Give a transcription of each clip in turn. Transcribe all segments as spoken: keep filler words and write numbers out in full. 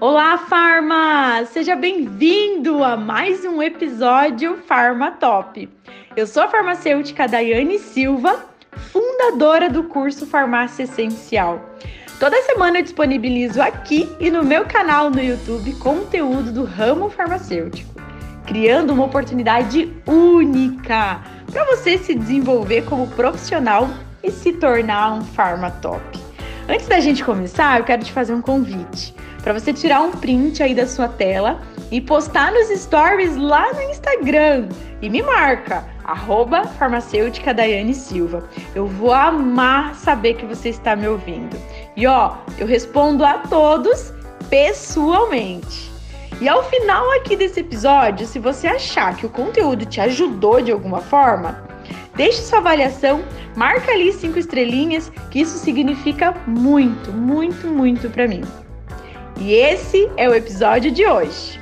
Olá, Farma! Seja bem-vindo a mais um episódio Farma Top. Eu sou a farmacêutica Daiane Silva, fundadora do curso Farmácia Essencial. Toda semana eu disponibilizo aqui e no meu canal no YouTube conteúdo do ramo farmacêutico, criando uma oportunidade única para você se desenvolver como profissional e se tornar um Farma Top. Antes da gente começar, eu quero te fazer um convite para você tirar um print aí da sua tela e postar nos stories lá no Instagram. E me marca, arroba farmacêutica Daiane Silva. Eu vou amar saber que você está me ouvindo. E ó, eu respondo a todos pessoalmente. E ao final aqui desse episódio, se você achar que o conteúdo te ajudou de alguma forma, deixe sua avaliação, marca ali cinco estrelinhas, que isso significa muito, muito, muito para mim. E esse é o episódio de hoje.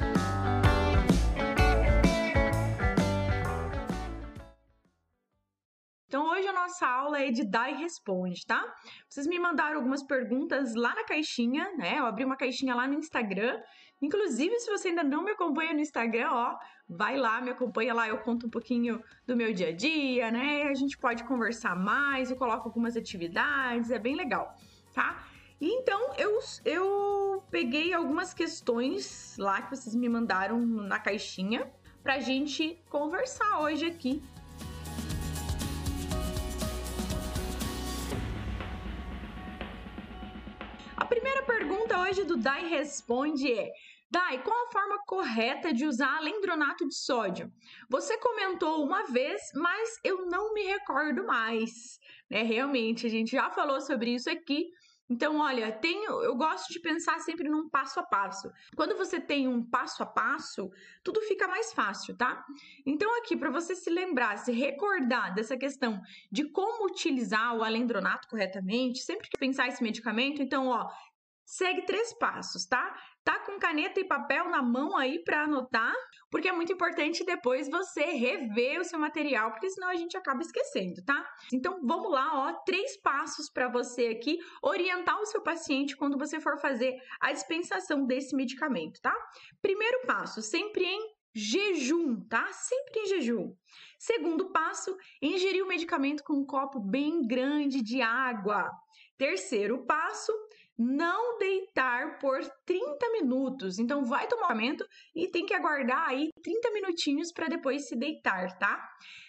Então hoje a nossa aula é de Dá e Responde, tá? Vocês me mandaram algumas perguntas lá na caixinha, né? Eu abri uma caixinha lá no Instagram. Inclusive, se você ainda não me acompanha no Instagram, ó, vai lá, me acompanha lá, eu conto um pouquinho do meu dia a dia, né? A gente pode conversar mais, eu coloco algumas atividades, é bem legal, tá? Então, eu, eu peguei algumas questões lá que vocês me mandaram na caixinha pra gente conversar hoje aqui. A primeira pergunta hoje do Dai Responde é: Dai, qual a forma correta de usar alendronato de sódio? Você comentou uma vez, mas eu não me recordo mais, né? Realmente, a gente já falou sobre isso aqui. Então, olha, tenho, eu gosto de pensar sempre num passo a passo. Quando você tem um passo a passo, tudo fica mais fácil, tá? Então, aqui, para você se lembrar, se recordar dessa questão de como utilizar o alendronato corretamente, sempre que pensar esse medicamento, então, ó, segue três passos, tá? Tá com caneta e papel na mão aí para anotar, porque é muito importante depois você rever o seu material, porque senão a gente acaba esquecendo, tá? Então vamos lá, ó, três passos para você aqui orientar o seu paciente quando você for fazer a dispensação desse medicamento, tá? Primeiro passo, sempre em jejum, tá? Sempre em jejum. Segundo passo, ingerir o medicamento com um copo bem grande de água. Terceiro passo, não deitar por trinta minutos. Então, vai tomar o medicamento e tem que aguardar aí trinta minutinhos para depois se deitar, tá?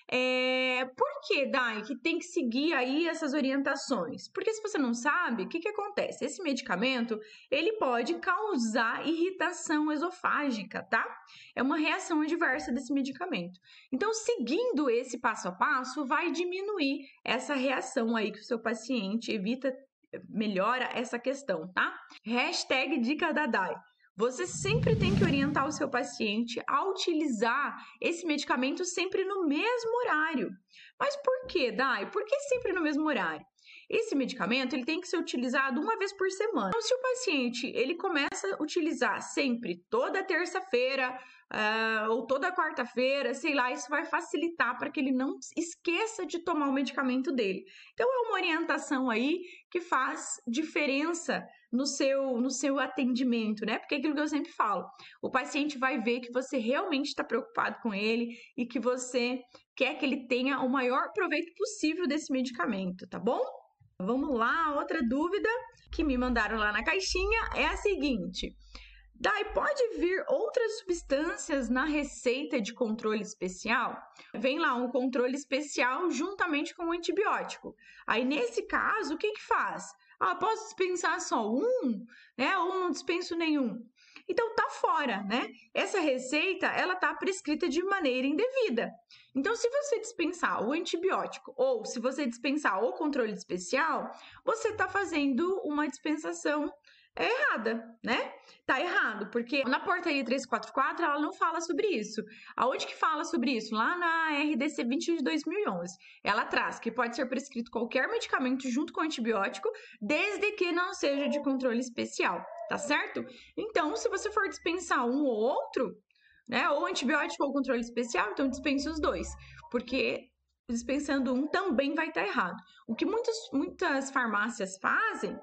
É... Por que, Dai, que tem que seguir aí essas orientações? Porque se você não sabe, o que que acontece? Esse medicamento, ele pode causar irritação esofágica, tá? É uma reação adversa desse medicamento. Então, seguindo esse passo a passo, vai diminuir essa reação aí que o seu paciente evita, melhora essa questão, tá? Hashtag dica da Dai. Você sempre tem que orientar o seu paciente a utilizar esse medicamento sempre no mesmo horário. Mas por que, Dai? Por que sempre no mesmo horário? Esse medicamento ele tem que ser utilizado uma vez por semana. Então, se o paciente ele começa a utilizar sempre toda terça-feira uh, ou toda quarta-feira, sei lá, isso vai facilitar para que ele não esqueça de tomar o medicamento dele. Então, é uma orientação aí que faz diferença no seu, no seu atendimento, né? Porque é aquilo que eu sempre falo, o paciente vai ver que você realmente está preocupado com ele e que você quer que ele tenha o maior proveito possível desse medicamento, tá bom? Vamos lá, outra dúvida que me mandaram lá na caixinha é a seguinte: Dai, pode vir outras substâncias na receita de controle especial? Vem lá um controle especial juntamente com o antibiótico. Aí, nesse caso, o que que faz? Ah, posso dispensar só um, né? Ou não dispenso nenhum? Então, tá fora, né? Essa receita, ela tá prescrita de maneira indevida. Então, se você dispensar o antibiótico ou se você dispensar o controle especial, você tá fazendo uma dispensação errada, né? Tá errado, porque na portaria trezentos e quarenta e quatro ela não fala sobre isso. Aonde que fala sobre isso? Lá na R D C vinte de dois mil e onze. Ela traz que pode ser prescrito qualquer medicamento junto com antibiótico, desde que não seja de controle especial, tá certo? Então, se você for dispensar um ou outro, né, ou antibiótico ou controle especial, então dispense os dois, porque dispensando um também vai estar errado. O que muitas, muitas farmácias fazem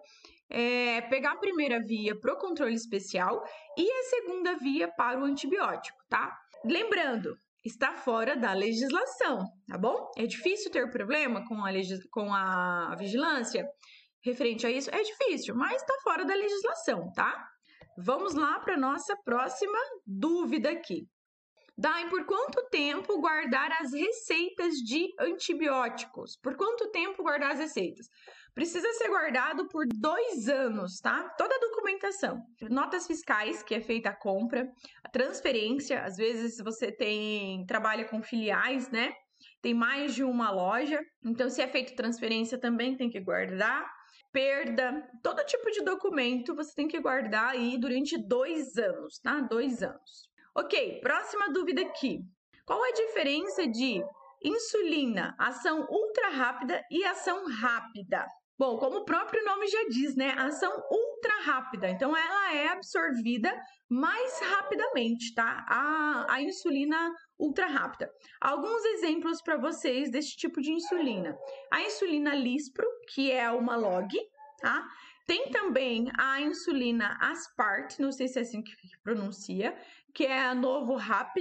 é pegar a primeira via para o controle especial e a segunda via para o antibiótico, tá? Lembrando, está fora da legislação, tá bom? É difícil ter problema com a, legis... com a vigilância referente a isso? É difícil, mas está fora da legislação, tá? Vamos lá para nossa próxima dúvida aqui. Dai, por quanto tempo guardar as receitas de antibióticos? Por quanto tempo guardar as receitas? Precisa ser guardado por dois anos, tá? Toda a documentação. Notas fiscais, que é feita a compra, a transferência, às vezes você tem, trabalha com filiais, né? Tem mais de uma loja, então se é feito transferência também tem que guardar. Perda, todo tipo de documento você tem que guardar aí durante dois anos, tá? Dois anos. Ok, próxima dúvida aqui. Qual a diferença de insulina, ação ultra rápida e ação rápida? Bom, como o próprio nome já diz, né? Ação ultra rápida. Então, ela é absorvida mais rapidamente, tá? A, a insulina ultra rápida. Alguns exemplos para vocês desse tipo de insulina. A insulina Lispro, que é uma log, tá? Tem também a insulina Aspart, não sei se é assim que pronuncia, que é a Novo Rapid,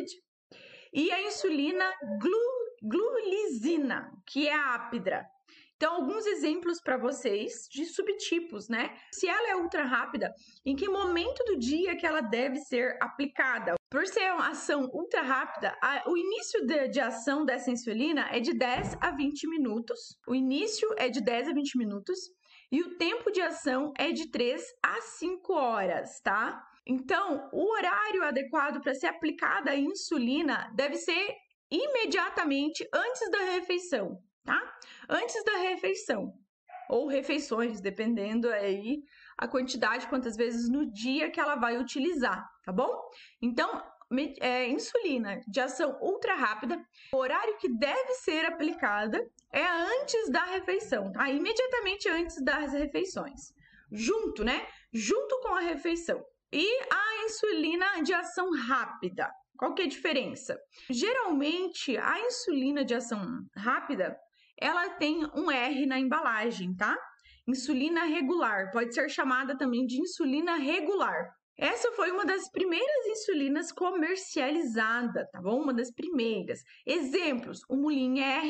e a insulina glu, glulizina, que é a Apidra. Então, alguns exemplos para vocês de subtipos, né? Se ela é ultra rápida, em que momento do dia que ela deve ser aplicada? Por ser uma ação ultra rápida, a, o início de, de ação dessa insulina é de dez a vinte minutos. O início é de dez a vinte minutos e o tempo de ação é de três a cinco horas, tá? Então, o horário adequado para ser aplicada a insulina deve ser imediatamente antes da refeição, tá? Antes da refeição, ou refeições, dependendo aí a quantidade, quantas vezes no dia que ela vai utilizar, tá bom? Então, é, insulina de ação ultra rápida, o horário que deve ser aplicada é antes da refeição, tá? Imediatamente antes das refeições, junto, né? Junto com a refeição. E a insulina de ação rápida, qual que é a diferença? Geralmente, a insulina de ação rápida, ela tem um R na embalagem, tá? Insulina regular, pode ser chamada também de insulina regular. Essa foi uma das primeiras insulinas comercializadas, tá bom? Uma das primeiras. Exemplos, Humulin R,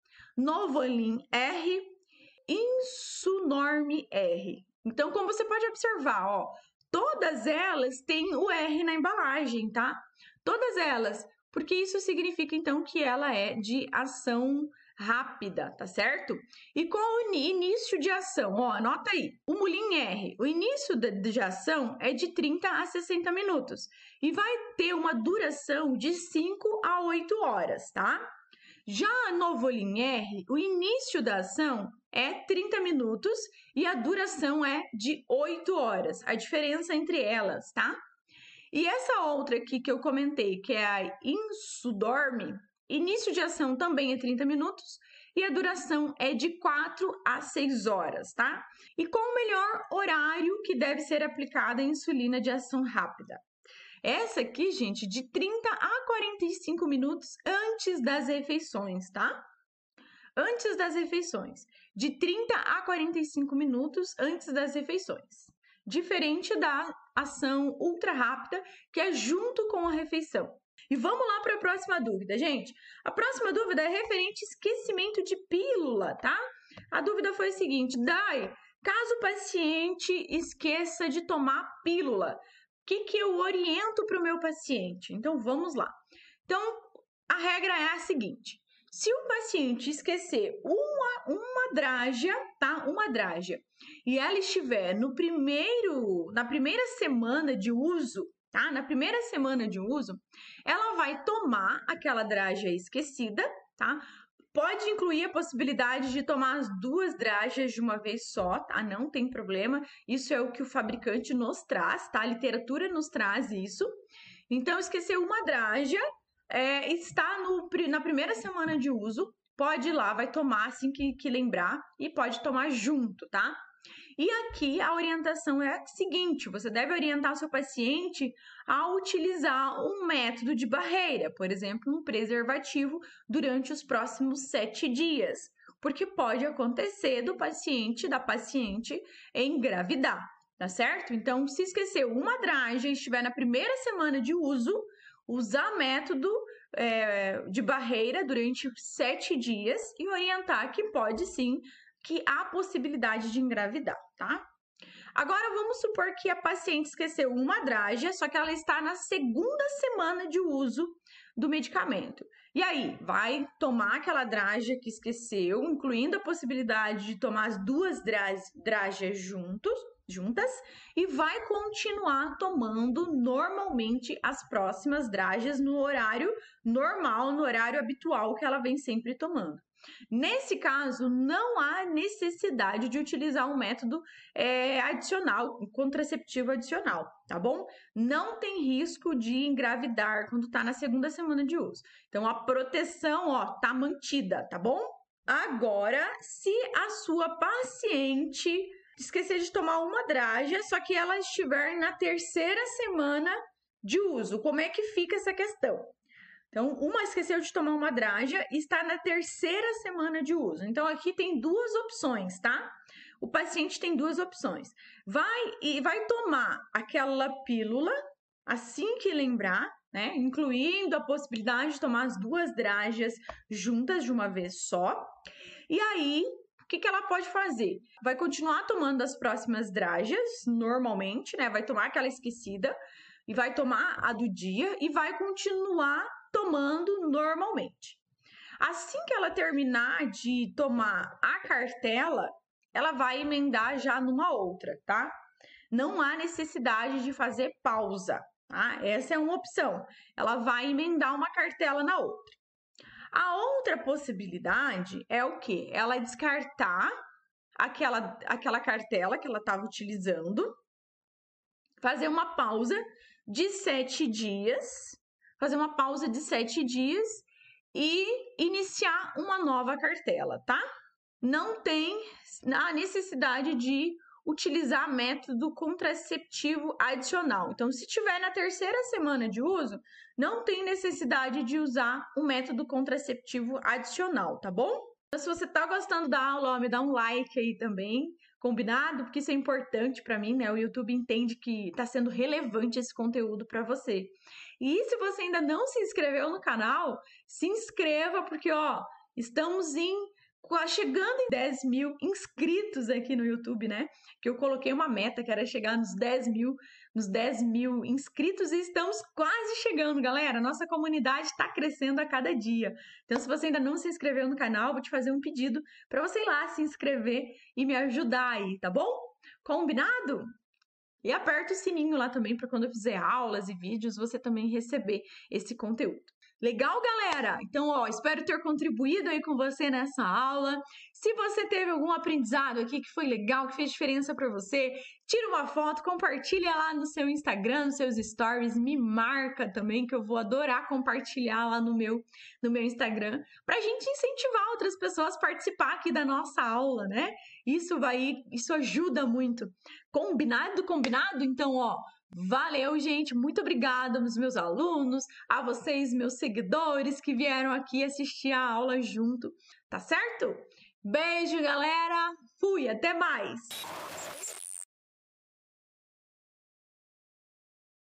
Novolin R, Insunorm R. Então, como você pode observar, ó, todas elas têm o R na embalagem, tá? Todas elas, porque isso significa, então, que ela é de ação rápida, tá certo? E qual o início de ação? Ó, anota aí. O Humulin R, o início de ação é de trinta a sessenta minutos e vai ter uma duração de cinco a oito horas, tá? Já a Novolin R, o início da ação é trinta minutos e a duração é de oito horas. A diferença entre elas, tá? E essa outra aqui que eu comentei, que é a Insudorm, início de ação também é trinta minutos e a duração é de quatro a seis horas, tá? E qual o melhor horário que deve ser aplicada a insulina de ação rápida? Essa aqui, gente, de trinta a quarenta e cinco minutos antes das refeições, tá? Antes das refeições. De trinta a quarenta e cinco minutos antes das refeições. Diferente da ação ultra rápida, que é junto com a refeição. E vamos lá para a próxima dúvida, gente. A próxima dúvida é referente a esquecimento de pílula, tá? A dúvida foi a seguinte: Dai, caso o paciente esqueça de tomar pílula, o que, que eu oriento para o meu paciente? Então, vamos lá. Então, a regra é a seguinte: se o paciente esquecer uma, uma drágia, tá? Uma drágia, e ela estiver no primeiro, na primeira semana de uso, tá? Na primeira semana de uso, ela vai tomar aquela drágia esquecida, tá? Pode incluir a possibilidade de tomar as duas drágias de uma vez só, tá? Não tem problema. Isso é o que o fabricante nos traz, tá? A literatura nos traz isso. Então, esquecer uma drágia, é, está no, na primeira semana de uso, pode ir lá, vai tomar assim que, que lembrar e pode tomar junto, tá? E aqui a orientação é a seguinte: você deve orientar o seu paciente a utilizar um método de barreira, por exemplo, um preservativo durante os próximos sete dias. porque pode acontecer do paciente, da paciente engravidar, tá certo? Então, se esqueceu uma dragem e estiver na primeira semana de uso, usar método é, de barreira durante sete dias e orientar que pode sim, que há possibilidade de engravidar, tá? Agora, vamos supor que a paciente esqueceu uma drágia, só que ela está na segunda semana de uso do medicamento. E aí, vai tomar aquela drágia que esqueceu, incluindo a possibilidade de tomar as duas drágias juntos, juntas, e vai continuar tomando normalmente as próximas drágias no horário normal, no horário habitual que ela vem sempre tomando. Nesse caso, não há necessidade de utilizar um método é, adicional, um contraceptivo adicional, tá bom? Não tem risco de engravidar quando tá na segunda semana de uso. Então, a proteção, ó, tá mantida, tá bom? Agora, se a sua paciente esquecer de tomar uma drágia, só que ela estiver na terceira semana de uso, como é que fica essa questão? Então, uma esqueceu de tomar uma drágia e está na terceira semana de uso. Então, aqui tem duas opções, tá? O paciente tem duas opções. Vai e vai tomar aquela pílula assim que lembrar, né? Incluindo a possibilidade de tomar as duas drágias juntas de uma vez só. E aí, o que, que ela pode fazer? Vai continuar tomando as próximas drágias, normalmente, né? Vai tomar aquela esquecida e vai tomar a do dia e vai continuar tomando normalmente. Assim que ela terminar de tomar a cartela, ela vai emendar já numa outra, tá? Não há necessidade de fazer pausa, tá? Essa é uma opção. Ela vai emendar uma cartela na outra. A outra possibilidade é o quê? Ela descartar aquela, aquela cartela que ela estava utilizando, fazer uma pausa de sete dias, fazer uma pausa de sete dias e iniciar uma nova cartela, tá? Não tem a necessidade de utilizar método contraceptivo adicional. Então, se tiver na terceira semana de uso, não tem necessidade de usar o método contraceptivo adicional, tá bom? Então, se você tá gostando da aula, ó, me dá um like aí também, combinado? Porque isso é importante para mim, né? O YouTube entende que tá sendo relevante esse conteúdo para você. E se você ainda não se inscreveu no canal, se inscreva, porque, ó, estamos em chegando em dez mil inscritos aqui no YouTube, né? Que eu coloquei uma meta que era chegar nos dez mil, nos dez mil inscritos e estamos quase chegando, galera. Nossa comunidade está crescendo a cada dia. Então, se você ainda não se inscreveu no canal, vou te fazer um pedido para você ir lá se inscrever e me ajudar aí, tá bom? Combinado? E aperta o sininho lá também para quando eu fizer aulas e vídeos, você também receber esse conteúdo. Legal, galera? Então, ó, espero ter contribuído aí com você nessa aula. Se você teve algum aprendizado aqui que foi legal, que fez diferença para você, tira uma foto, compartilha lá no seu Instagram, nos seus stories, me marca também, que eu vou adorar compartilhar lá no meu, no meu Instagram, pra gente incentivar outras pessoas a participar aqui da nossa aula, né? Isso vai, isso ajuda muito. Combinado? Combinado? Então, ó, valeu, gente, muito obrigada aos meus alunos, a vocês, meus seguidores que vieram aqui assistir a aula junto, tá certo? Beijo, galera, fui, até mais!